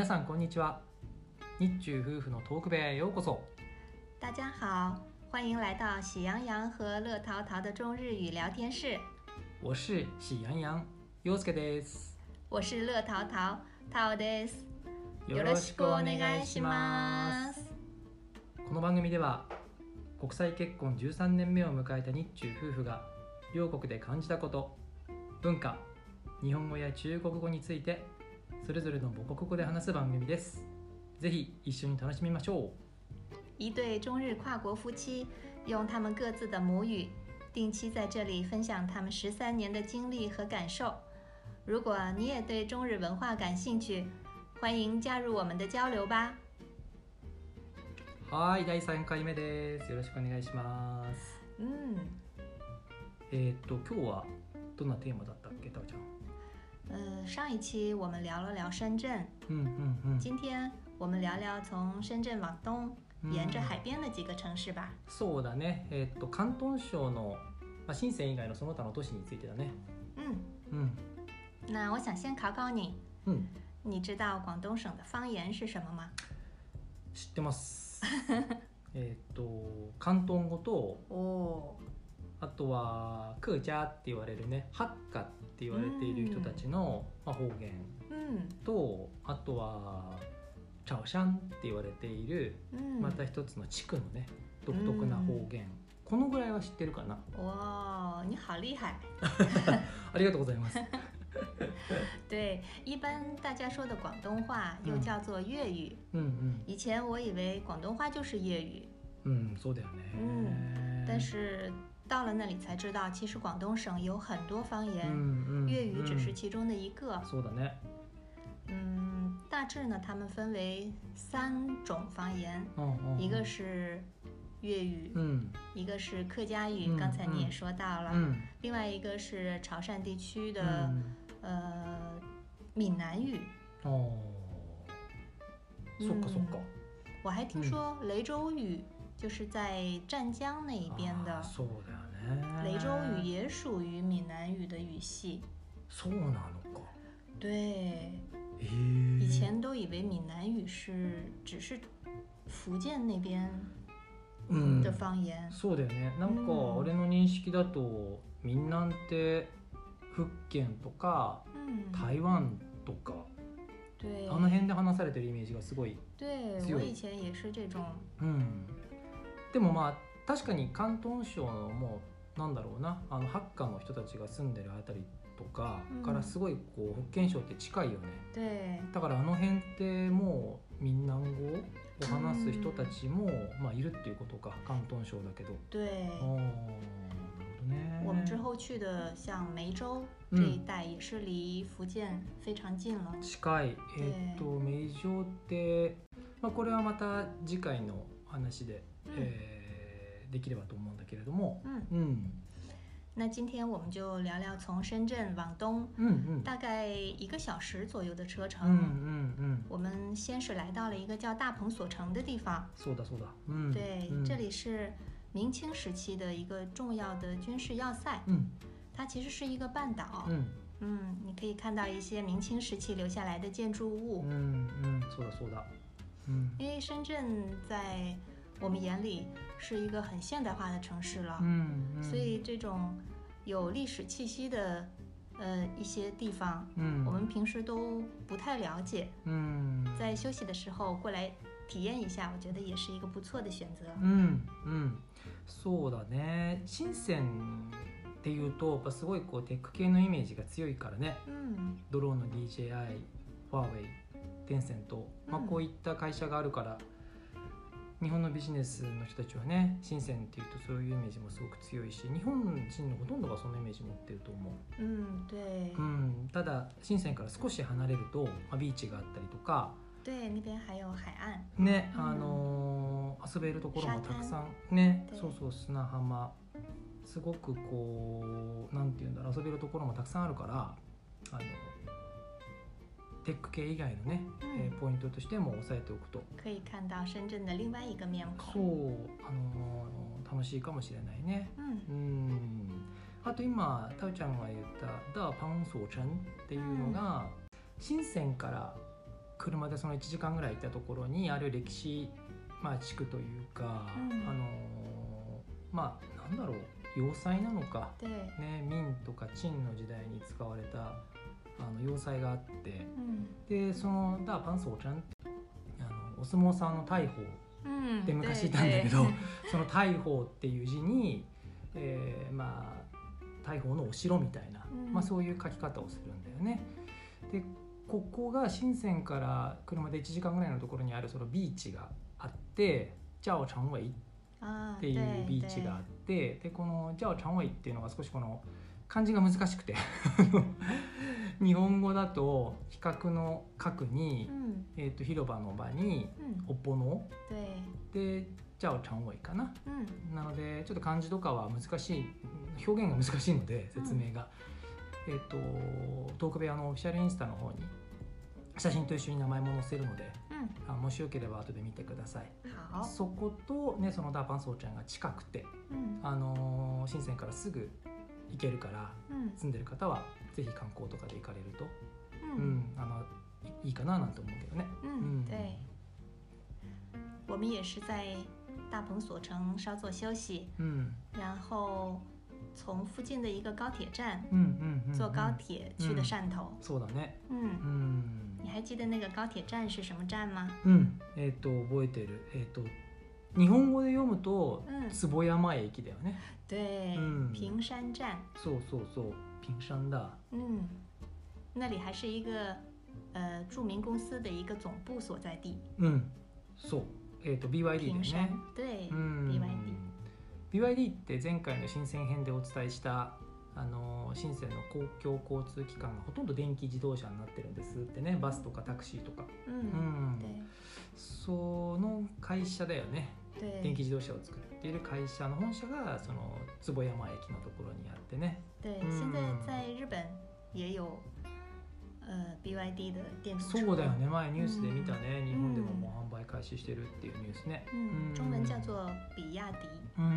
さんこんにちは。日中夫婦のトーク部屋へようこそ。 大家好，欢迎来到喜羊羊和乐淘淘的中日语聊天室。 我是喜羊羊、陽介です。 我是乐淘淘、タオです。 よろしくお願いします。この番組では国際結婚13年目を迎えた日中夫婦が両国で感じたこと、文化、日本語や中国語についてそれぞれの母国語で話す番組です。ぜひ一緒に楽しみましょう。 一对中日跨国夫妻用他们各自的母语，定期在这里分享他们13年的经历和感受。如果你也对中日文化感兴趣，欢迎加入我们的交流吧。 はい、第3回目です。よろしくお願いします。今日はどんなテーマだったっけ、タオちゃん？ 上一期我们聊了聊深圳，今天我们聊聊从深圳往东沿着海边的几个城市吧。 そうだね。広東省の、深セン以外のその他の都市についてだね。 那我想先考考你，你知道广東省的方言是什么吗？ 知ってます。広東語と、あとは客家って言われるね、ハッカって言われている人たちの、方言と、あとはチャオシャンって言われている、また一つの地区のね独特な方言、このぐらいは知ってるかな。 哇，你好厉害！ ありがとうございます。 对，一般大家说的广东话又叫做粤语。以前我以为广东话就是粤语。 そうだよね。 但是到了那里才知道，其实广东省有很多方言，粤语只是其中的一个。 そうだね。 大致呢，他们分为3种方言，一个是粤语，一个是客家语，刚才你也说到了，另外一个是潮汕地区的闽南语。 そっかそっか。 我还听说雷州语，就是在湛江那一边的。 そうだよね。 雷州语也属于闽南语的语系。 そうなのか。 对。以前都以为闽南语只是福建那边的方言。 そうだよね。なんか俺の認識だと闽南って福建とか台湾とか、あの辺で話されてるイメージがすごい強い。 对，我以前也是这种。 でも確かに広東省のもうなんだろうな、ハッカの人たちが住んでるあたりとかからすごいこう福建省って近いよね。だからあの辺ってもう闽南語を話す人たちも、いるっていうことか。広東省だけど。 对。 なるほどね。 我们之后去的像梅州这一带也是离福建非常近了。 近い。梅州って、これはまた次回の話で、できればと思うんだけれども。 那今天我们就聊聊从深圳往东，大概1个小时左右的车程。我们先是来到了一个叫大鹏所城的地方。 そうだそうだ。 对，这里是明清时期的一个重要的军事要塞。它其实是一个半岛。你可以看到一些明清时期留下来的建筑物。 そうだそうだ。 因为深圳在我们眼里是一个很现代化的城市了，所以这种有历史气息的一些地方，我们平时都不太了解。在休息的时候过来体验一下，我觉得也是一个不错的选择。 そうだね。深センっていうとやっぱすごいこうテック系のイメージが強いからね。ドローンの DJI、ファーウェイ、テンセント、こういった会社があるから。日本のビジネスの人たちはね、深センっていうとそういうイメージもすごく強いし、日本人のほとんどがそのイメージ持ってると思う。ただ深センから少し離れると、ビーチがあったりとか、 对，那边还有海岸。 ね、遊べるところもたくさんね、そう砂浜、すごくこうなんていうんだろう、遊べるところもたくさんあるから、テック系以外のね、ポイントとしても押さえておくと可以看到深圳的另外一个面孔。 そう、楽しいかもしれないね。あと今タウちゃんが言ったダーパンソーチェンっていうのが、深センから車でその1時間ぐらい行ったところにある歴史、地区というか、なんだろう、要塞なのか、ね、明とか陳の時代に使われた要塞があって、でその大阪総鎮お相撲さんの大鵬って昔いたんだけど、その大鵬っていう字に、大鵬のお城みたいな、そういう書き方をするんだよね。でここが深センから車で1時間ぐらいのところにあるそのビーチがあって、ジャオチャンウェイっていうビーチがあって、でこのジャオチャンウェイっていうのが少しこの漢字が難しくて日本語だと比較の角に、広場の場に、おっぽのでジャオチャンウェイかな、なのでちょっと漢字とかは難しい、表現が難しいので説明が、トーク部屋のオフィシャルインスタの方に写真と一緒に名前も載せるので、もしよければ後で見てください。そこと、ね、その大阪総鎮が近くて、深センからすぐ行けるから、住んでる方はぜひ観光とかで行かれると、いいかななんて思うけどね。 对，我们也是在大鹏所城稍作休息，然后从附近的一个高铁站，坐高铁去的汕头。 そうだね。 你还记得那个高铁站是什么站吗？ 覚えてる。日本語で読むと坪山駅だよね。 对，平山站。 そうそうそう、平山だ。 那里还是一个著名公司的一个总部所在地。 そう。BYD だよね。 对、BYD。BYD って前回の深セン編でお伝えした深センの公共交通機関がほとんど電気自動車になってるんですってね、バスとかタクシーとか。その会社だよね。電気自動車を作っている会社の本社がその坪山駅のところにあってね。 对、現在在日本也有BYD 的電動車。 そうだよね、前ニュースで見たね。日本でももう販売開始してるっていうニュースね。 中文叫做比亚迪。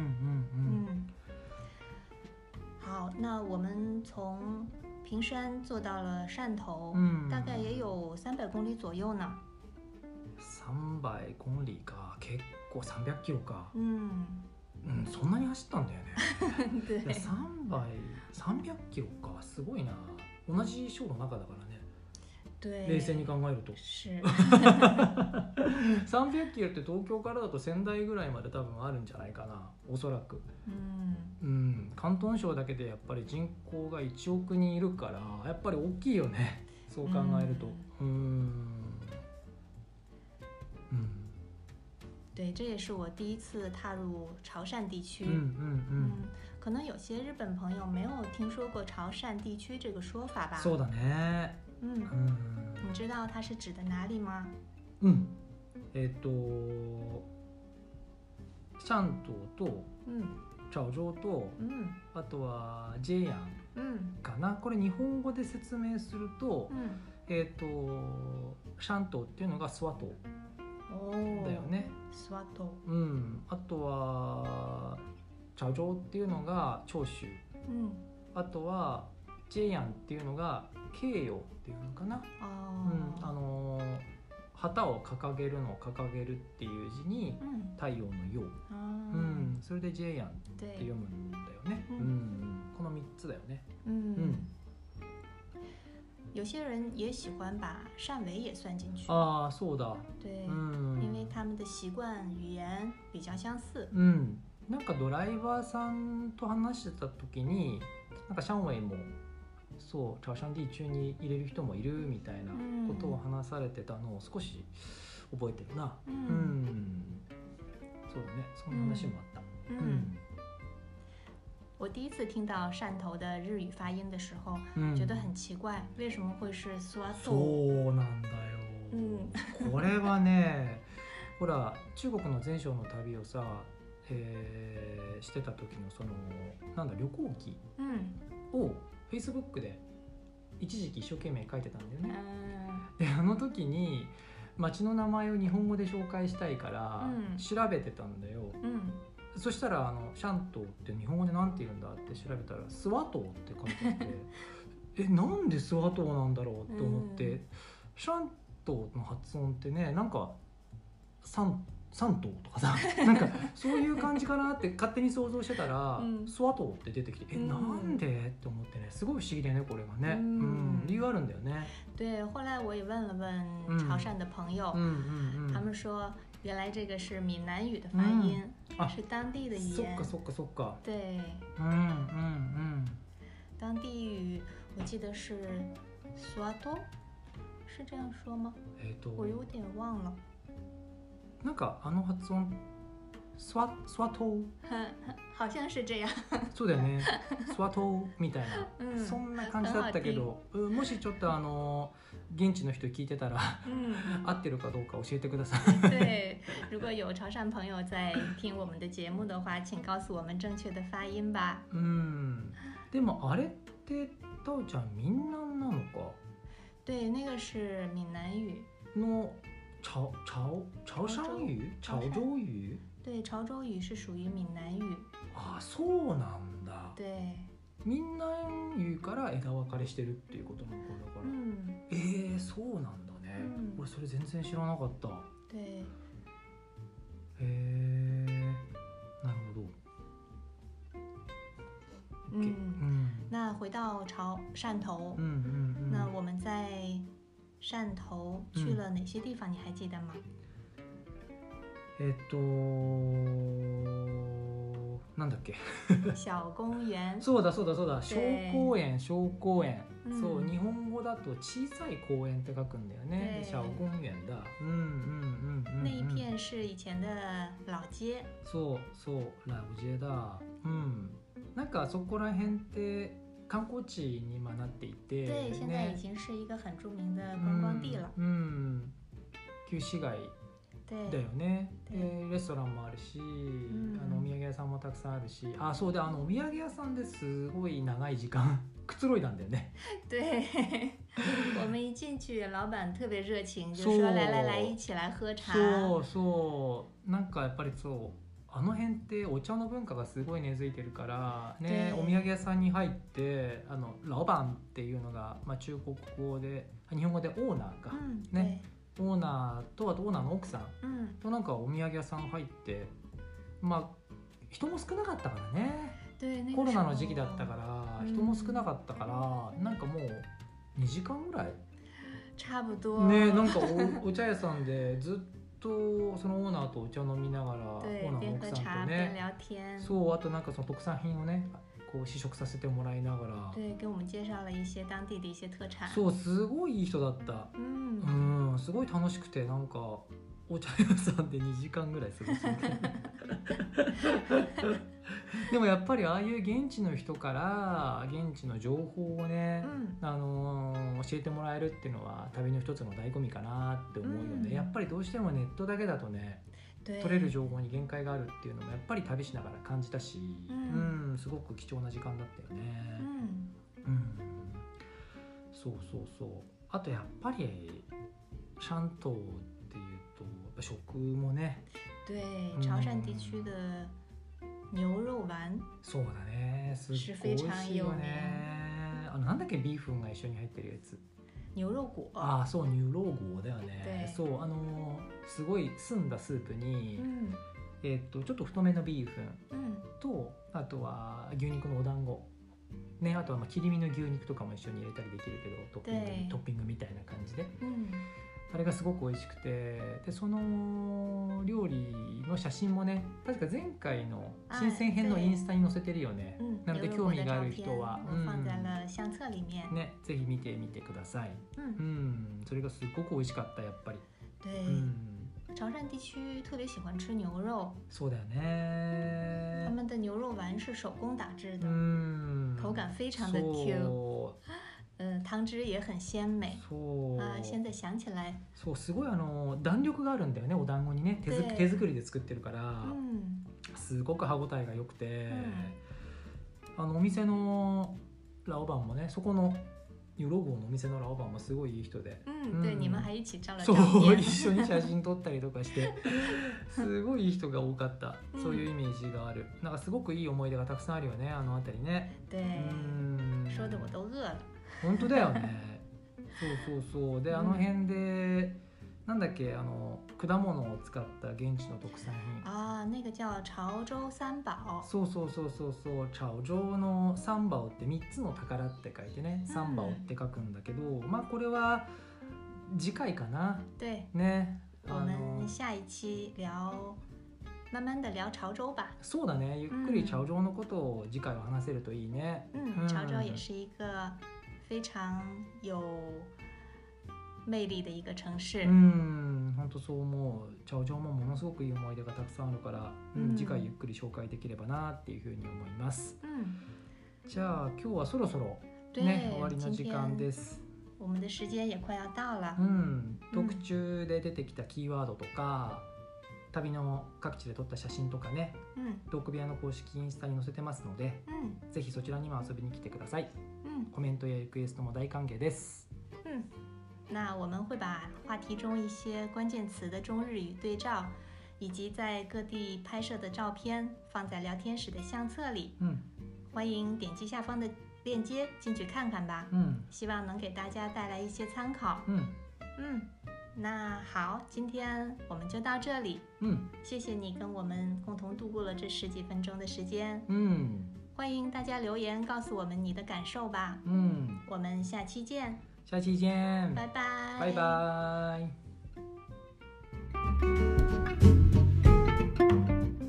好，那我们从平山坐到了汕头，大概也有300公里左右呢。 300公里か、結構300キロか。そんなに走ったんだよね。300キロか、すごいな。同じ省の中だからね。冷静に考えると。300キロって東京からだと仙台ぐらいまで多分あるんじゃないかな、おそらく。広東省だけでやっぱり人口が1億人いるからやっぱり大きいよね、そう考えると。 对，这也是我第一次踏入潮汕地区。可能有些日本朋友没有听说过潮汕地区这个说法吧。 そうだね。 你知道它是指的哪里吗？ 汕頭と潮州と、あとはジェヤンかな。これ日本語で説明すると、汕頭っていうのがスワ島だよね。 スワ島。 あとは潮州っていうのが長州。あとはジェヤンっていうのが慶陽っていうのかな。旗を掲げるの掲げるっていう字に太陽の陽、それでジェヤンって読むんだよね。この3つだよね。 有些人也喜欢把汕尾也算进去。 そうだ。 对，因为他们的习惯语言比较相似。 なんかドライバーさんと話してた時に、なんか汕尾もそう潮汕地区に入れる人もいるみたいなことを話されてたのを少し覚えてるな。そうだね、そんな話もあった。 我第一次听到汕头的日语发音的时候，觉得很奇怪，为什么会是スワト？ そうなんだよ。これはね、ほら中国の前省の旅をさ、してた時のそのなんだ旅行記をFacebook で一時期一生懸命書いてたんだよね。であの時に町の名前を日本語で紹介したいから調べてたんだよ。そしたらシャントーって日本語でなんて言うんだって調べたらスワ島って書いてあってなんでスワ島なんだろうと思って、シャン島の発音ってねなんか三島とかさなんかそういう感じかなって勝手に想像してたら、スワ島って出てきてなんでって思ってねすごい不思議でねこれがね、理由あるんだよね。 对，后来我也问了问潮汕的朋友，他们说原来这个是闽南语的发音，是当地的语言。 そっかそっかそっか。 对，当地语我记得是スワ島，是这样说吗？我有点忘了。 なんかあの発音スワ島好像是这样。 そうだよねスワ島みたいな、そんな感じだったけど、もしちょっと現地の人聞いてたら、合ってるかどうか教えてください。 对，如果有潮汕朋友在听我们的节目的话，请告诉我们正确的发音吧。 でもあれってタオちゃん闽南なのか？ 对，那个是闽南语の潮汕语、潮州语。 对，潮州语是属于闽南语。 あ、そうなんだ。 对。 闽南語から枝分かれしてるっていうことなのかだから、そうなんだね、俺それ全然知らなかった。 对。 なるほど。 那回到汕头，那我们在汕头去了哪些地方？你还记得吗？ なんだっけ小公園。 そうだ小公園。そう日本語だと小さい公園って書くんだよね。小公園だ。 那一片是以前的老街。 そう老街だ。なんかそこら辺って観光地に今なっていて、 对，现在已经是一个很著名的观光地了。 旧市街だよね。でレストランもあるし、お土産屋さんもたくさんあるし、そうでお土産屋さんですごい長い時間くつろいだんだよね。 对，我们一进去，老板特别热情，就说来一起来喝茶。 そうなんかやっぱりあの辺ってお茶の文化がすごい根付いてるからね。お土産屋さんに入って老板っていうのが、中国語で日本語でオーナーが、ね。オーナーとあとオーナーの奥さんとなんかお土産屋さん入って、人も少なかったからね。コロナの時期だったから人も少なかったからなんかもう2時間ぐらい差不多ね、なんか お茶屋さんでずっとそのオーナーとお茶飲みながらオーナーの奥さんとね、そうあとなんかその特産品をねこう試食させてもらいながら、 对，给我们介绍了一些当地的一些特产。 そうすごいいい人だった。すごい楽しくてなんかお茶屋さんで2時間ぐらい過ごすみたいな。でもやっぱりああいう現地の人から現地の情報をね、教えてもらえるっていうのは旅の一つの醍醐味かなって思うよね。やっぱりどうしてもネットだけだとね取れる情報に限界があるっていうのもやっぱり旅しながら感じたし、すごく貴重な時間だったよね。そうあとやっぱり汕头っていうとやっぱ食もね。 对，潮汕地区的牛肉丸。 そうだね。すっごい美味しいよね。なんだっけビーフンが一緒に入ってるやつ。 牛肉果。 そう牛肉果だよね。そうすごい澄んだスープに、ちょっと太めのビーフンと、あとは牛肉のお団子ね、あとは切り身の牛肉とかも一緒に入れたりできるけどトッピングみたいな感じで、あれがすごく美味しくて、でその料理の写真もね確か前回の新鮮編のインスタに載せてるよね。なので興味がある人は、ね、ぜひ見てみてください。それがすごく美味しかったやっぱり。 潮汕地区特别喜欢吃牛肉。 そうだよね。 他们的牛肉丸是手工打制的，口感非常的 Q。汤汁也很鲜美。現在想起来。 すごい弾力があるんだよねお団子にね。手作りで作ってるから、すごく歯ごたえが良くて、お店の老板もね、そこの牛肉果のお店の老板もすごいいい人で、 对，你们还一起照了照片。 そう、 一緒に写真撮ったりとかしてすごいいい人が多かった。そういうイメージがある。なんかすごくいい思い出がたくさんあるよね、あの辺りね。 对。说的我都饿了。 本当だよね。 そうそうで、あの辺でなんだっけ、果物を使った現地の特産品あ、那个叫潮州三宝。 そう潮州の三宝って3つの宝って書いてね、三宝って書くんだけど、まあこれは次回かな。 对ね、 我们下一期聊慢慢的聊潮州吧。 そうだね、ゆっくり潮州のことを次回は話せるといいね。 潮州也是一个非常有魅力的一个城市。 本当そう思う。潮州もものすごくいい思い出がたくさんあるから、次回ゆっくり紹介できればなっていうふうに思います。じゃあ今日はそろそろね、終わりの時間です。 我们的时间也快要到了。 特注で出てきたキーワードとか、旅の各地で撮った写真とかね、トーク部屋の公式インスタに載せてますので、ぜひそちらにも遊びに来てください。コメントやリクエストも大歓迎です。 那我们会把话题中一些关键词的中日语对照，以及在各地拍摄的照片放在聊天室的相册里。欢迎点击下方的链接进去看看吧。希望能给大家带来一些参考。那好，今天我们就到这里。谢谢你跟我们共同度过了这10几分钟的时间。欢迎大家留言告诉我们你的感受吧。我们下期见。 下期见， 拜拜， 拜拜。